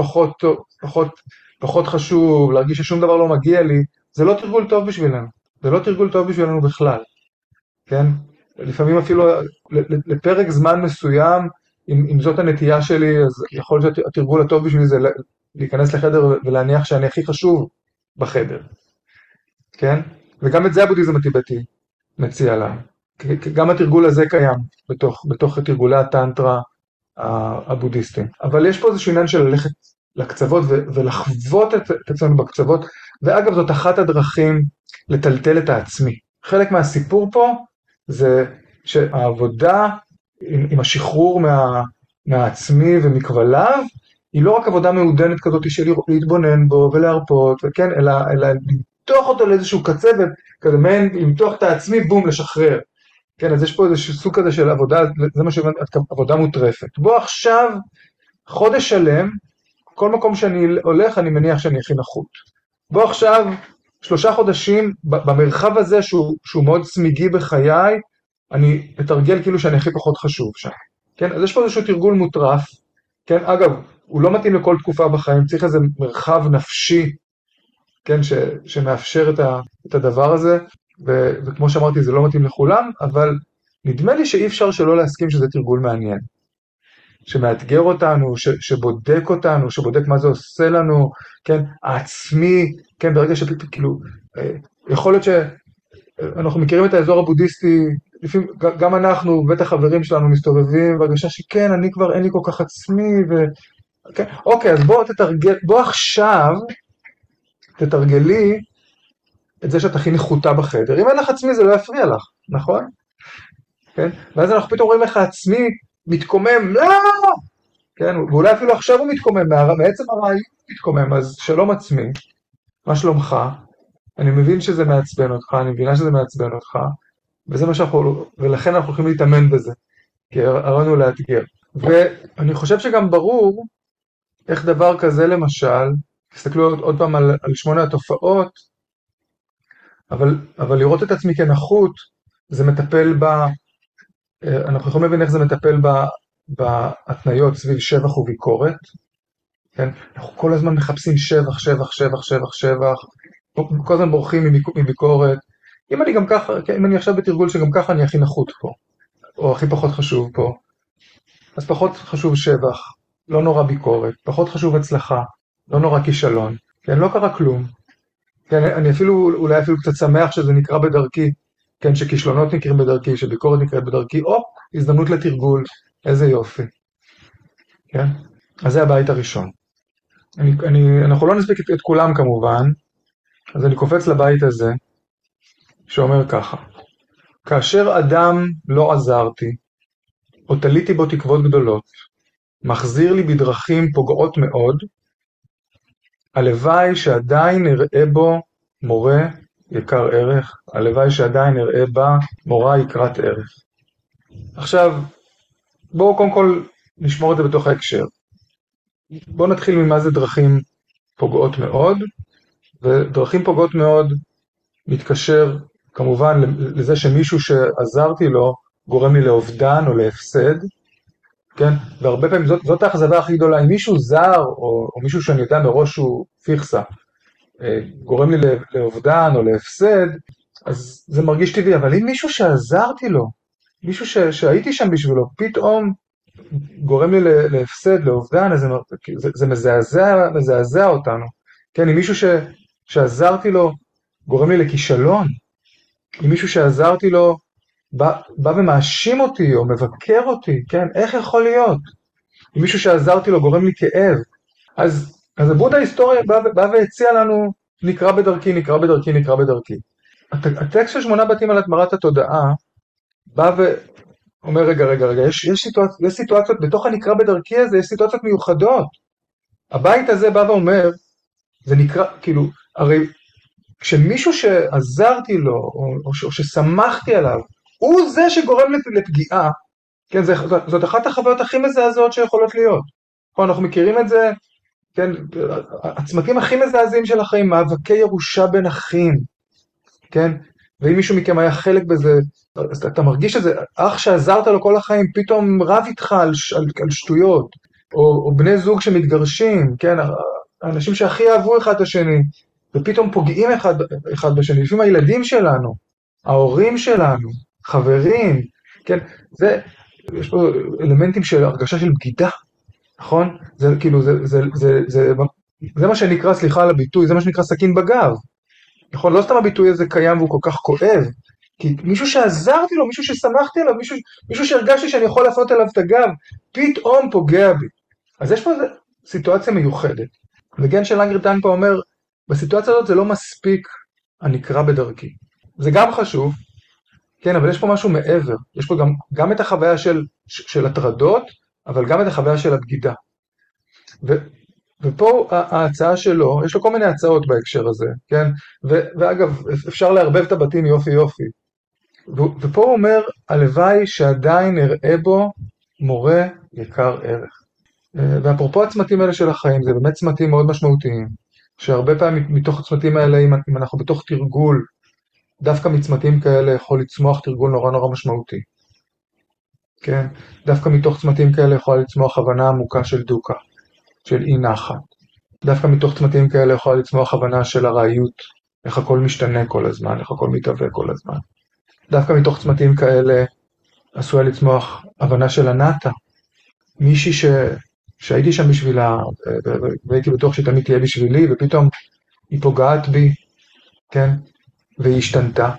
פחות חשוב, להרגיש ששום דבר לא מגיע לי, זה לא תרגול טוב בשבילנו. זה לא תרגול טוב בשבילנו בכלל, כן? לפעמים אפילו לפרק זמן מסוים, אם זאת הנטייה שלי, אז יכול להיות שהתרגול הטוב בשבילי זה להיכנס לחדר ולהניח שאני הכי חשוב בחדר, כן? וגם את זה הבודהיזם הטיבטי מציע לנו. גם התרגול הזה קיים בתוך תרגולי הטנטרה הבודהיסטים. אבל יש פה איזשהו עניין של ללכת לקצוות ולחוות את עצמנו בקצוות, ואגב זאת אחת הדרכים לטלטל את העצמי. חלק מהסיפור פה זה שהעבודה עם השחרור מהעצמי ומכבליו, היא לא רק עבודה מעודנת כזאת של להתבונן בו ולהרפות, וכן, אלא למתוח אותו לאיזשהו קצה, וכזה מעין למתוח את העצמי, בום, לשחרר. כן, אז יש פה איזשהו סוג כזה של עבודה, זה מה שהבנת, עבודה מוטרפת. בוא עכשיו, חודש שלם, כל מקום שאני הולך, אני מניח שאני הכי נחות. בוא עכשיו, 3 חודשים, במרחב הזה שהוא מאוד צמיגי בחיי, אני אתרגל כאילו שאני הכי פחות חשוב שם. כן, אז יש פה איזשהו תרגול מוטרף, כן, אגב, הוא לא מתאים לכל תקופה בחיים, צריך איזה מרחב נפשי, כן, שמאפשר את הדבר הזה, וכמו שאמרתי, זה לא מתאים לכולם, אבל נדמה לי שאי אפשר שלא להסכים שזה תרגול מעניין. שמאתגר אותנו, שבודק אותנו, שבודק מה זה עושה לנו, כן, העצמי, כן, ברגע שכאילו, יכול להיות שאנחנו מכירים את האזור הבודהיסטי, לפעמים, גם אנחנו, בטח חברים שלנו מסתובבים, והרגשה שכן, אני כבר אין לי כל כך עצמי, כן, אוקיי, אז בוא עכשיו, תתרגלי את זה שאת הכי נחותה בחדר. אם אין לך עצמי, זה לא יפריע לך, נכון? כן? ואז אנחנו פתאום רואים איך העצמי מתקומם, לא! כן? ואולי אפילו עכשיו הוא מתקומם, מעצם הרעיון הוא מתקומם, אז שלום עצמי, מה שלומך? אני מבין שזה מעצבן אותך, אני מבינה שזה מעצבן אותך, ולכן אנחנו הולכים להתאמן בזה, כי הרעיון הוא לאתגר. ואני חושב שגם ברור איך דבר כזה למשל, תסתכלו עוד פעם על 8 התופעות, אבל לראות את עצמי כנחות, זה מטפל אנחנו יכולים להבין איך זה מטפל בהתניות סביב שבח וביקורת, כן? אנחנו כל הזמן מחפשים שבח, שבח, שבח, שבח, שבח, כל הזמן בורחים מביקורת, אם אני עכשיו בתרגול שגם ככה אני הכי נחות פה, או הכי פחות חשוב פה, אז פחות חשוב שבח, לא נורא ביקורת, פחות חשוב הצלחה, לא נורא כישלון, כן? לא קרה כלום, כן? אני אולי אפילו קצת שמח שזה נקרא בדרכי, כן, שכישלונות נקראים בדרכי, שביקורת נקראת בדרכי, הזדמנות לתרגול, איזה יופי. כן? אז זה הבית הראשון. אנחנו לא נספיק את כולם כמובן, אז אני קופץ לבית הזה, שאומר ככה: כאשר אדם לא עזרתי, או תליתי בו תקוות גדולות, מחזיר לי בדרכים פוגעות מאוד, הלוואי שעדיין נראה בו מורה יקר ערך, הלוואי שעדיין נראה בה מורה יקרת ערך. עכשיו, בואו קודם כל נשמור את זה בתוך ההקשר. בואו נתחיל ממה זה דרכים פוגעות מאוד, ודרכים פוגעות מאוד מתקשר כמובן לזה שמישהו שעזרתי לו גורם לי לאובדן או להפסד, כן? והרבה פעמים זאת האכזבה הכי גדולה. אם מישהו זר או מישהו שאני יודע מראש שהוא פיכסה, גורם לי לאובדן או להפסד, אז זה מרגיש טבעי. אבל אם מישהו שעזרתי לו, מישהו שהייתי שם בשבילו, פתאום גורם לי להפסד, לאובדן, אז זה מזעזע אותנו. כן, אם מישהו שעזרתי לו גורם לי לכישלון, אם מישהו שעזרתי לו בא ומאשים אותי או מבקר אותי, כן, איך יכול להיות? אם מישהו שעזרתי לו גורם לי כאב, אז הבודה ההיסטוריה בא והציע לנו, נקרא בדרכי, נקרא בדרכי, נקרא בדרכי. הטקסט של 8 בתים על התמרת התודעה, בא ואומר, רגע, יש סיטואציות, בתוך הנקרא בדרכי הזה, יש סיטואציות מיוחדות. הבית הזה בא ואומר, זה נקרא, כאילו, הרי כשמישהו שעזרתי לו, או ששמחתי עליו, הוא זה שגורם לפגיעה, כן, זאת אחת החוויות הכי מזעזעות שיכולות להיות. אנחנו מכירים את זה, כן, הצמתים הכי מזעזעים של החיים, מאבקי ירושה בין אחים, כן, ואם מישהו מכם היה חלק בזה, אתה מרגיש את זה, אח שעזרת לו כל החיים, פתאום רב איתך על שטויות, או בני זוג שמתגרשים, כן, האנשים שהכי אהבו אחד את השני, ופתאום פוגעים אחד בשני, לפעמים הילדים שלנו, ההורים שלנו, חברים, כן, יש פה אלמנטים של הרגשה של בגידה, נכון? זה כאילו, זה מה שנקרא, סליחה על הביטוי, זה מה שנקרא סכין בגב, נכון? לא סתם הביטוי הזה קיים והוא כל כך כואב, כי מישהו שעזרתי לו, מישהו ששמחתי עליו, מישהו שהרגשתי שאני יכול להפנות אליו את הגב, פתאום פוגע בי. אז יש פה סיטואציה מיוחדת. וגן של לנגרטן פה אומר, בסיטואציה הזאת זה לא מספיק הנקרא בדרכי. זה גם חשוב, כן, אבל יש פה משהו מעבר. יש פה גם את החוויה של הטרדות, אבל גם את החוויה של הבגידה. ופה ההצעה שלו, יש לו כל מיני הצעות בהקשר הזה, כן? ואגב, אפשר לערבב את הבתים יופי יופי. ופה הוא אומר, הלוואי שעדיין נראה בו מורה יקר ערך. ואפרופו הצמתים האלה של החיים, זה באמת צמתים מאוד משמעותיים, שהרבה פעמים מתוך הצמתים האלה, אם אנחנו בתוך תרגול, דווקא מצמתים כאלה יכול לצמוח תרגול נורא נורא משמעותי. כן? דווקא מתוך צמתים כאלה יכולה לצמוח הבנה עמוקה של דוקה, של אי נחת. דווקא מתוך צמתים כאלה יכולה לצמוח הבנה של הרעיות, איך הכל משתנה כל הזמן, איך הכל מתהווה כל הזמן. דווקא מתוך צמתים כאלה עשויה לצמוח הבנה של הנאטה, מישהי שהייתי שם בשבילה, והייתי בטוח שתמיד תהיה בשבילי, ופתאום היא פוגעת בי, כן? והיא השתנתה,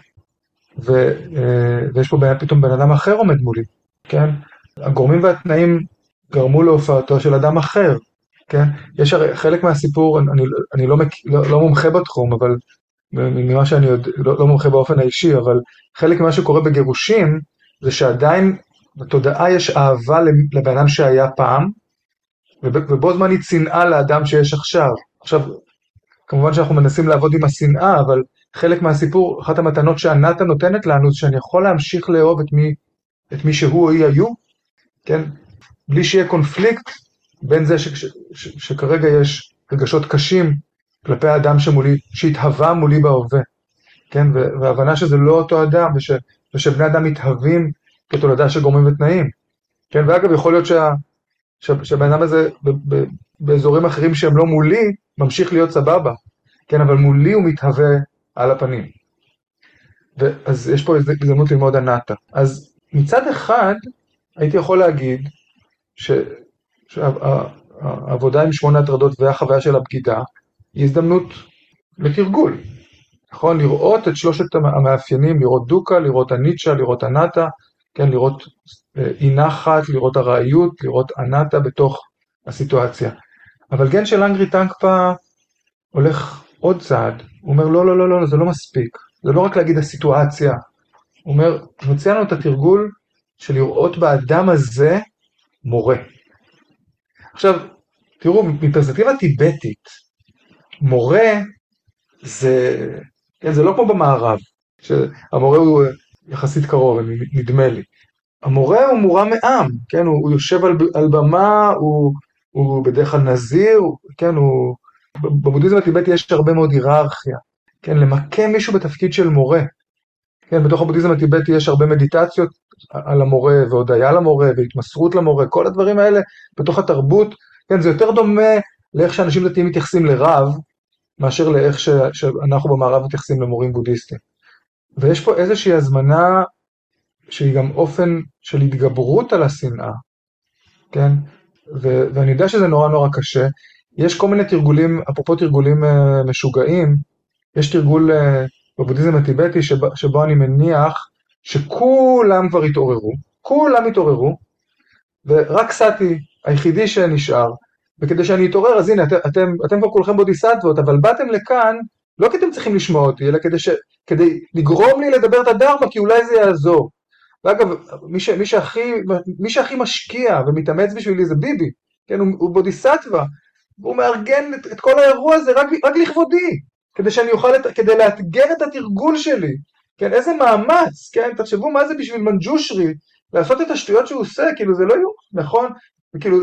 ויש פה פתאום בן אדם אחר עומד מולי, כן? הגורמים והתנאים גרמו להופעתו של אדם אחר, כן? יש הרי חלק מהסיפור, אני לא מומחה בתחום, אבל ממה שאני יודע, לא מומחה באופן האישי, אבל חלק ממה שקורה בגירושים, זה שעדיין בתודעה יש אהבה לבן אדם שהיה פעם, ובו זמן היא צנעה לאדם שיש עכשיו. עכשיו, כמובן שאנחנו מנסים לעבוד עם השנאה, אבל חלק מהסיפור, אחת המתנות שהנאטה נותנת לנו, זה שאני יכול להמשיך לאהוב את מי שהוא או היא היו, כן? בלי שיהיה קונפליקט בין זה שכרגע יש רגשות קשים כלפי האדם שהתהווה מולי בהווה, כן? וההבנה שזה לא אותו אדם, ושבני אדם מתהווים כתולדה של גורמים ותנאים, כן? ואגב, יכול להיות שהבן אדם הזה באזורים אחרים שהם לא מולי, ממשיך להיות סבבה, כן? אבל מולי הוא מתהווה על הפנים. אז יש פה הזדמנות ללמוד הנאטה. אז מצד אחד, הייתי יכול להגיד שהעבודה עם 8 הטרדות והחוויה של הבגידה, היא הזדמנות לתרגול. נכון? לראות את 3 המאפיינים, לראות דוקה, לראות הניטשה, לראות הנאטה, כן? לראות אי נחת, לראות הרעיות, לראות הנאטה בתוך הסיטואציה. אבל גן של אנגרי טנקפה הולך עוד צעד, הוא אומר לא, לא, לא, לא, זה לא מספיק, זה לא רק להגיד הסיטואציה, הוא אומר, מציע לנו את התרגול של לראות באדם הזה מורה. עכשיו, תראו, מפרספקטיבה טיבטית, מורה זה, כן, זה לא כמו במערב, שהמורה הוא יחסית קרוב, נדמה לי. המורה הוא מורם מעם, כן, הוא יושב על במה, הוא בדרך כלל נזיר, כן, בבודהיזם הטיבטי יש הרבה מאוד היררכיה, כן, למקם מישהו בתפקיד של מורה, כן, בתוך הבודהיזם הטיבטי יש הרבה מדיטציות על המורה, והודיה למורה, והתמסרות למורה, כל הדברים האלה בתוך התרבות, כן, זה יותר דומה לאיך שאנשים דתיים מתייחסים לרב, מאשר לאיך שאנחנו במערב מתייחסים למורים בודהיסטים. ויש פה איזושהי הזמנה שהיא גם אופן של התגברות על השנאה, כן? ואני יודע שזה נורא נורא קשה. יש כל מיני תרגולים, אפרופו תרגולים משוגעים, יש תרגול בבודהיזם הטיבטי שבו אני מניח שכולם כבר התעוררו, כולם התעוררו, ורק סאטי היחידי שנשאר, וכדי שאני אתעורר, אז הנה, אתם כבר כולכם בודיסטוות, אבל באתם לכאן, לא כי אתם צריכים לשמוע אותי, אלא כדי לגרום לי לדבר את הדרמה, כי אולי זה יעזור. ואגב, מי שהכי משקיע ומתאמץ בשבילי זה ביבי, כן, הוא בודיסטווה, והוא מארגן את כל האירוע הזה רק לכבודי, כדי שאני אוכל, כדי לאתגר את התרגול שלי, כן, איזה מאמץ, כן, תחשבו מה זה בשביל מנג'ושרי, לעשות את השטויות שהוא עושה, כאילו זה לא יהיו, נכון, וכאילו,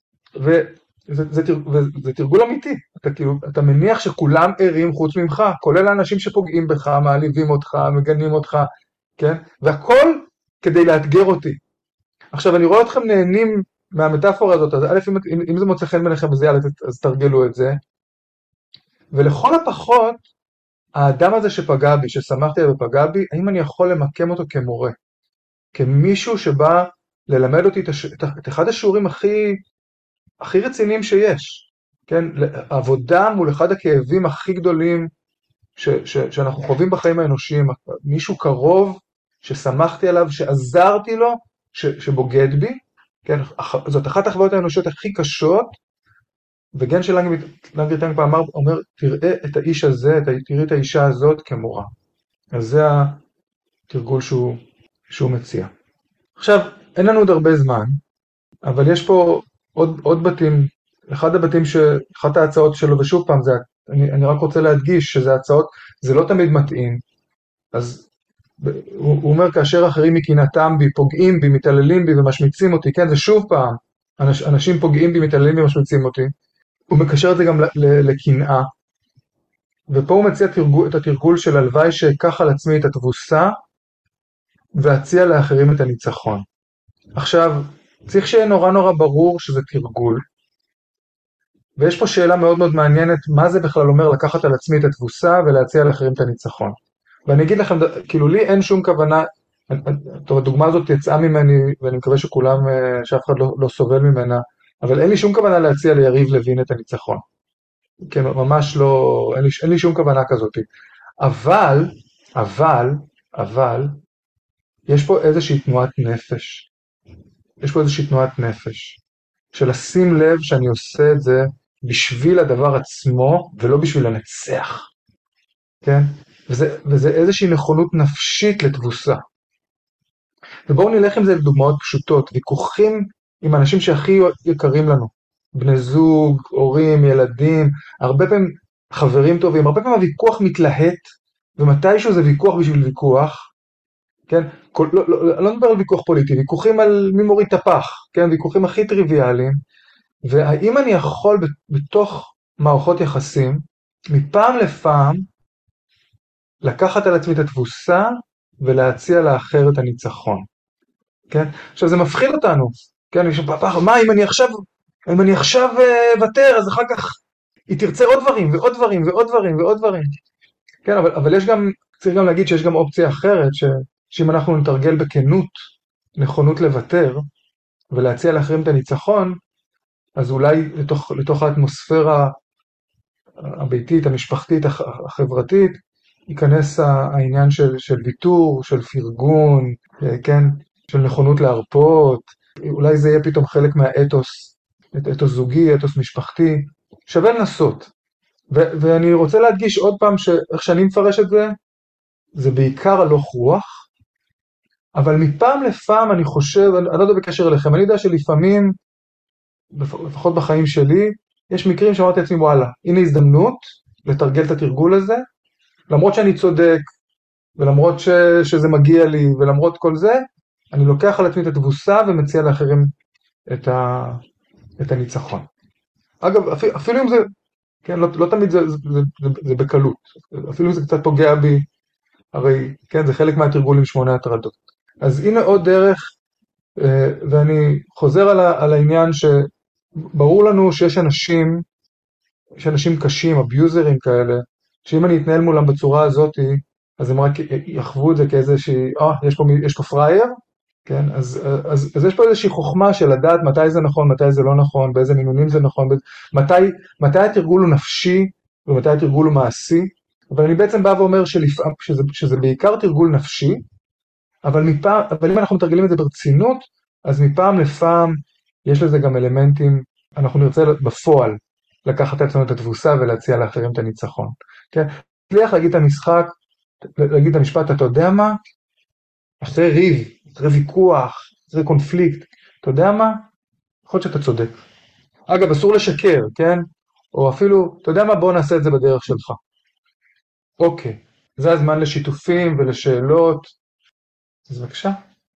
וזה תרגול אמיתי, אתה מניח שכולם ערים חוץ ממך, כולל האנשים שפוגעים בך, מעליבים אותך, מגנים אותך, כן, והכל כדי לאתגר אותי. עכשיו אני רואה אתכם נהנים מהמטאפורה הזאת, אז א', אם זה מוצא חן ביניכם אז יאללה, אז תרגלו את זה, ולכל הפחות, האדם הזה שפגע בי, ששמחתי עליו ופגע בי, האם אני יכול למקם אותו כמורה? כמישהו שבא ללמד אותי את אחד השיעורים הכי רציניים שיש, כן? עבודה מול אחד הכאבים הכי גדולים שאנחנו חווים בחיים האנושיים, מישהו קרוב ששמחתי עליו, שעזרתי לו, שבוגד בי, כן? זאת אחת החוויות האנושיות הכי קשות, וגן של אנגרי טנקפה אומר, תראה את האיש הזה, תראי את האישה הזאת כמורה. אז זה התרגול שהוא מציע. עכשיו, אין לנו עוד הרבה זמן, אבל יש פה עוד בתים, אחת ההצעות שלו, ושוב פעם, אני רק רוצה להדגיש שזה הצעות, זה לא תמיד מתאים, אז הוא אומר, כאשר אחרים מקנאתם בי, פוגעים בי, מתעללים בי ומשמיצים אותי, כן, זה שוב פעם, אנשים פוגעים בי, מתעללים בי ומשמיצים אותי, הוא מקשר את זה גם לקנאה, ופה הוא מציע את התרגול של הלוואי שיקח על עצמי את התבוסה, והציע לאחרים את הניצחון. עכשיו, צריך שיהיה נורא נורא ברור שזה תרגול, ויש פה שאלה מאוד מאוד מעניינת, מה זה בכלל אומר לקחת על עצמי את התבוסה ולהציע לאחרים את הניצחון. ואני אגיד לכם, כאילו לי אין שום כוונה, טוב, הדוגמה הזאת יצאה ממני, ואני מקווה שאף אחד לא סובל ממנה, אבל אין לי שום כוונה להציע ליריב לוין את הניצחון. כן, ממש לא, אין לי שום כוונה כזאת. אבל, יש פה איזושהי תנועת נפש. של לשים לב שאני עושה את זה בשביל הדבר עצמו, ולא בשביל לנצח. כן? וזה איזושהי נכונות נפשית לתבוסה. ובואו נלך עם זה לדוגמאות פשוטות, ויכוחים עם אנשים שהכי יקרים לנו. בני זוג, הורים, ילדים, הרבה פעמים חברים טובים, הרבה פעמים הוויכוח מתלהט, ומתישהו זה ויכוח בשביל ויכוח, כן? לא נדבר על ויכוח פוליטי, ויכוחים על מי מוריד את הפח, כן? ויכוחים הכי טריוויאליים, והאם אני יכול בתוך מערכות יחסים, מפעם לפעם, לקחת על עצמי את התבוסה, ולהציע לאחר את הניצחון. כן? עכשיו זה מפחיד אותנו, כן? מה אם אני עכשיו אוותר, אז אחר כך היא תרצה עוד דברים, ועוד דברים, ועוד דברים, ועוד דברים. כן, אבל צריך גם להגיד שיש גם אופציה אחרת, שאם אנחנו נתרגל בכנות, נכונות לוותר, ולהציע לאחרים את הניצחון, אז אולי לתוך האטמוספירה הביתית, המשפחתית, החברתית, ייכנס העניין של ויתור, של פרגון, כן, של נכונות להרפות, אולי זה יהיה פתאום חלק מהאתוס אתוס זוגי, אתוס משפחתי, שווה לנסות. ואני רוצה להדגיש עוד פעם שאיך שאני מפרש את זה, זה בעיקר הלוך רוח, אבל מפעם לפעם אני חושב, אני לא יודע בקשר אליכם, אני יודע שלפעמים, לפחות בחיים שלי, יש מקרים שאמרתי לעצמי, וואלה, הנה הזדמנות לתרגל את התרגול הזה, למרות שאני צודק, ולמרות שזה מגיע לי, ולמרות כל זה, אני לוקח על עצמי את התבוסה ומציע לאחרים את הניצחון. אגב, אפילו אם זה, כן, לא תמיד זה בקלות, אפילו אם זה קצת פוגע בי, הרי, כן, זה חלק מהתרגול עם 8 הטרדות. אז הנה עוד דרך, ואני חוזר על העניין שברור לנו שיש אנשים קשים, אביוזרים כאלה, שאם אני אתנהל מולם בצורה הזאת, אז הם רק יחוו את זה כאיזושהי, יש פה פרייר, כן? אז יש פה איזושהי חוכמה של לדעת מתי זה נכון, מתי זה לא נכון, באיזה מינונים זה נכון, מתי התרגול הוא נפשי ומתי התרגול הוא מעשי, אבל אני בעצם בא ואומר שזה בעיקר תרגול נפשי, אבל אם אנחנו מתרגלים את זה ברצינות, אז מפעם לפעם יש לזה גם אלמנטים, אנחנו נרצה בפועל לקחת עצמנו את התבוסה ולהציע לאחרים את הניצחון. כן? תצליח להגיד את המשחק, להגיד את המשפט, אתה יודע מה? אחרי ריב, אחרי ויכוח, אחרי קונפליקט, אתה יודע מה? יכול להיות שאתה צודק. אגב, אסור לשקר, כן? או אפילו, אתה יודע מה? בוא נעשה את זה בדרך שלך. אוקיי, זה הזמן לשיתופים ולשאלות. אז בבקשה.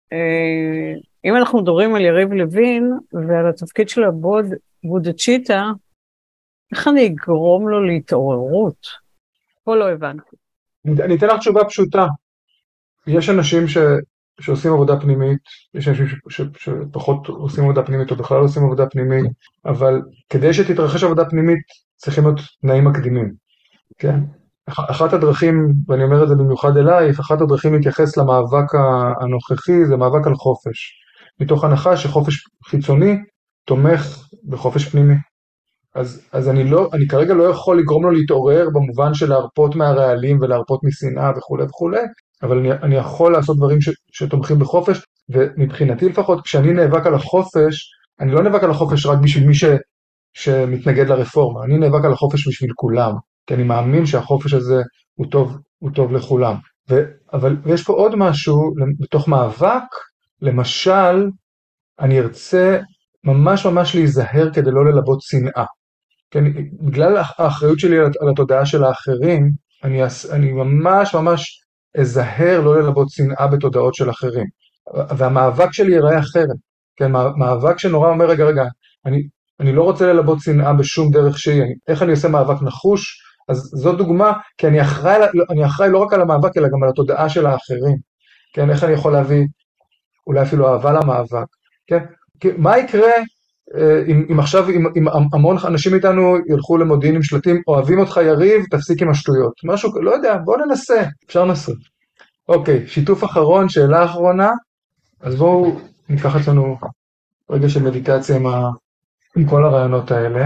אם אנחנו מדברים על יריב לוין ועל התפקיד של הבודהצ'יטה, איך אני אגרום לו להתעוררות? פה לא הבנתי. אני אתן לך תשובה פשוטה. יש אנשים שעושים עבודה פנימית, יש אנשים שפחות עושים עבודה פנימית או בכלל לא עושים עבודה פנימית, אבל כדי שתתרחש עבודה פנימית צריכים להיות תנאים מקדימים, כן? אחת הדרכים, ואני אומר את זה במיוחד אלייך, אחת הדרכים להתייחס למאבק הנוכחי זה מאבק על חופש, מתוך הנחה שחופש חיצוני תומך בחופש פנימי. אז אני כרגע לא יכול לגרום לו להתעורר במובן של להרפות מהרעלים ולהרפות משנאה וכו' וכו', אבל אני יכול לעשות דברים שתומכים בחופש, ומבחינתי לפחות, כשאני נאבק על החופש, אני לא נאבק על החופש רק בשביל מי שמתנגד לרפורמה, אני נאבק על החופש בשביל כולם, כי אני מאמין שהחופש הזה הוא טוב לכולם. ויש פה עוד משהו, בתוך מאבק, למשל, אני ארצה ממש ממש להיזהר כדי לא ללבות שנאה. כן, בגלל האחריות שלי על התודעה של האחרים, אני ממש ממש אזהר לא ללבות שנאה בתודעות של אחרים. והמאבק שלי ייראה אחרת. כן, מאבק שנורא אומר, רגע, אני לא רוצה ללבות שנאה בשום דרך שהיא. איך אני עושה מאבק נחוש? אז זו דוגמה, כי אני אחראי לא רק על המאבק, אלא גם על התודעה של האחרים. כן, איך אני יכול להביא אולי אפילו אהבה למאבק. כן, מה יקרה אם עכשיו, אם המון אנשים איתנו ילכו למודיעין עם שלטים, אוהבים אותך יריב, תפסיק עם השטויות. משהו, לא יודע, בואו ננסה, אפשר לנסות. אוקיי, שיתוף אחרון, שאלה אחרונה, אז בואו ניקח אצלנו רגע של מדיטציה עם כל הרעיונות האלה.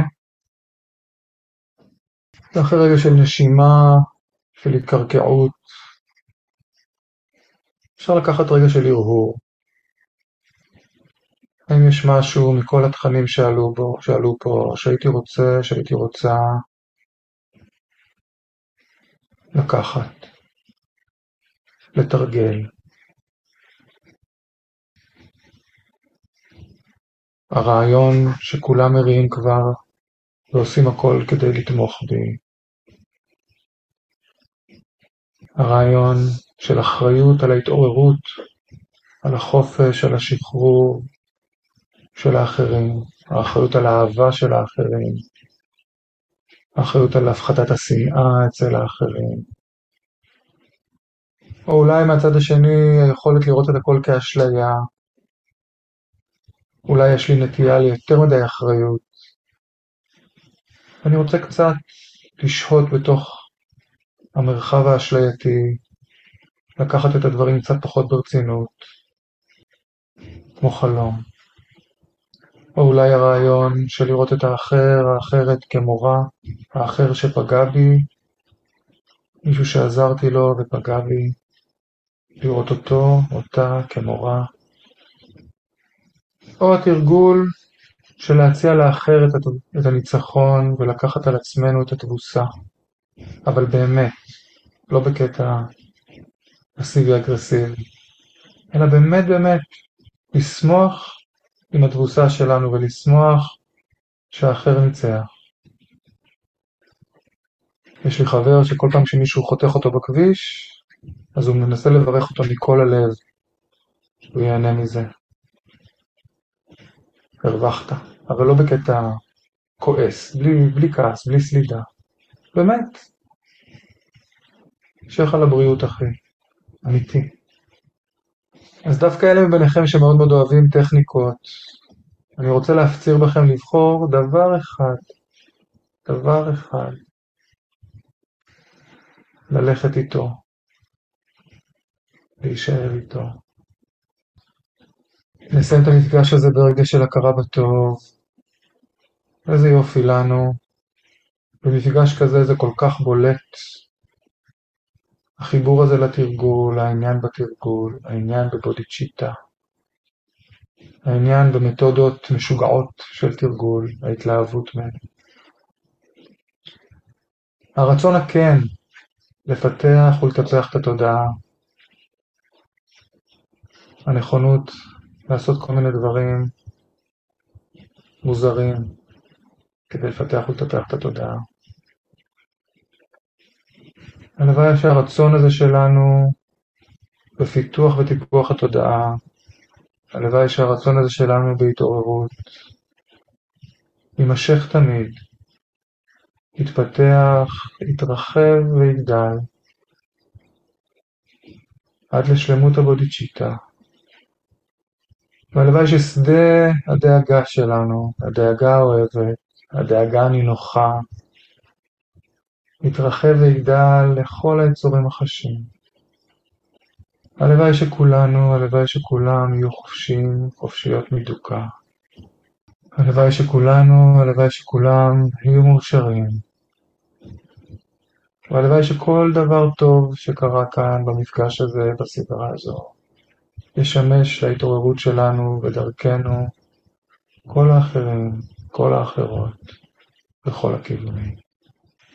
אחרי רגע של נשימה, של התקרקעות, אפשר לקחת רגע של הרהור. האם יש משהו מכל התכנים שעלו פה, שהייתי רוצה לקחת, לתרגל. הרעיון שכולם מריעים כבר ועושים הכל כדי לתמוך בי. הרעיון של אחריות על ההתעוררות, על החופש, על השחרור של האחרים, האחריות על האהבה של האחרים, האחריות על הפחתת השנאה אצל האחרים. או אולי מהצד השני היכולת לראות את הכל כאשליה, אולי יש לי נטייה ליותר מדי אחריות. אני רוצה קצת לשהות בתוך המרחב האשלייתי, לקחת את הדברים קצת פחות ברצינות, כמו חלום. או אולי הרעיון של לראות את האחרת כמורה, האחר שפגע בי, מישהו שעזרתי לו ופגע בי, לראות אותו, אותה כמורה. או התרגול של להציע לאחר את הניצחון ולקחת על עצמנו את התבוסה, אבל באמת, לא בקטע פסיבי אגרסיבי, אלא באמת באמת לשמוח עם התבוסה שלנו ולשמוח שהאחר ניצח. יש לי חבר שכל פעם שמישהו חותך אותו בכביש, אז הוא מנסה לברך אותו מכל הלב, הוא ייהנה מזה. הרווחת, אבל לא בקטע כועס, בלי כעס, בלי סלידה. באמת, שיהיה לך לבריאות אחי, אמיתי. אז דווקא אלה מביניכם שמאוד מאוד אוהבים טכניקות, אני רוצה להפציר בכם לבחור דבר אחד, ללכת איתו, להישאר איתו. נסיים את המפגש הזה ברגע של הכרה בטוב, איזה יופי לנו, במפגש כזה זה כל כך בולט, החיבור הזה לתרגול, העניין בתרגול, העניין בבודיצ'יטה, העניין במתודות משוגעות של תרגול, ההתלהבות מהן. הרצון הכן לפתח ולטפח את התודעה, הנכונות לעשות כל מיני דברים מוזרים כדי לפתח ולטפח את התודעה. הלוואי שהרצון הזה שלנו בפיתוח וטיפוח התודעה, הלוואי שהרצון הזה שלנו בהתעוררות יימשך תמיד, יתפתח, יתרחב ויגדל עד לשלמות הבודיצ'יטה. והלוואי ששדה הדאגה שלנו, הדאגה האוהבת, הדאגה הנינוחה, יתרחב ויגדל לכל היצורים החשים. הלוואי שכולם יהיו חופשיים, חופשיות מדוכא. הלוואי שכולם יהיו מאושרים. והלוואי שכל דבר טוב שקרה כאן במפגש הזה, בסדרה הזו, ישמש להתעוררות שלנו ודרכנו כל האחרים, כל האחרות, בכל הכיוונים.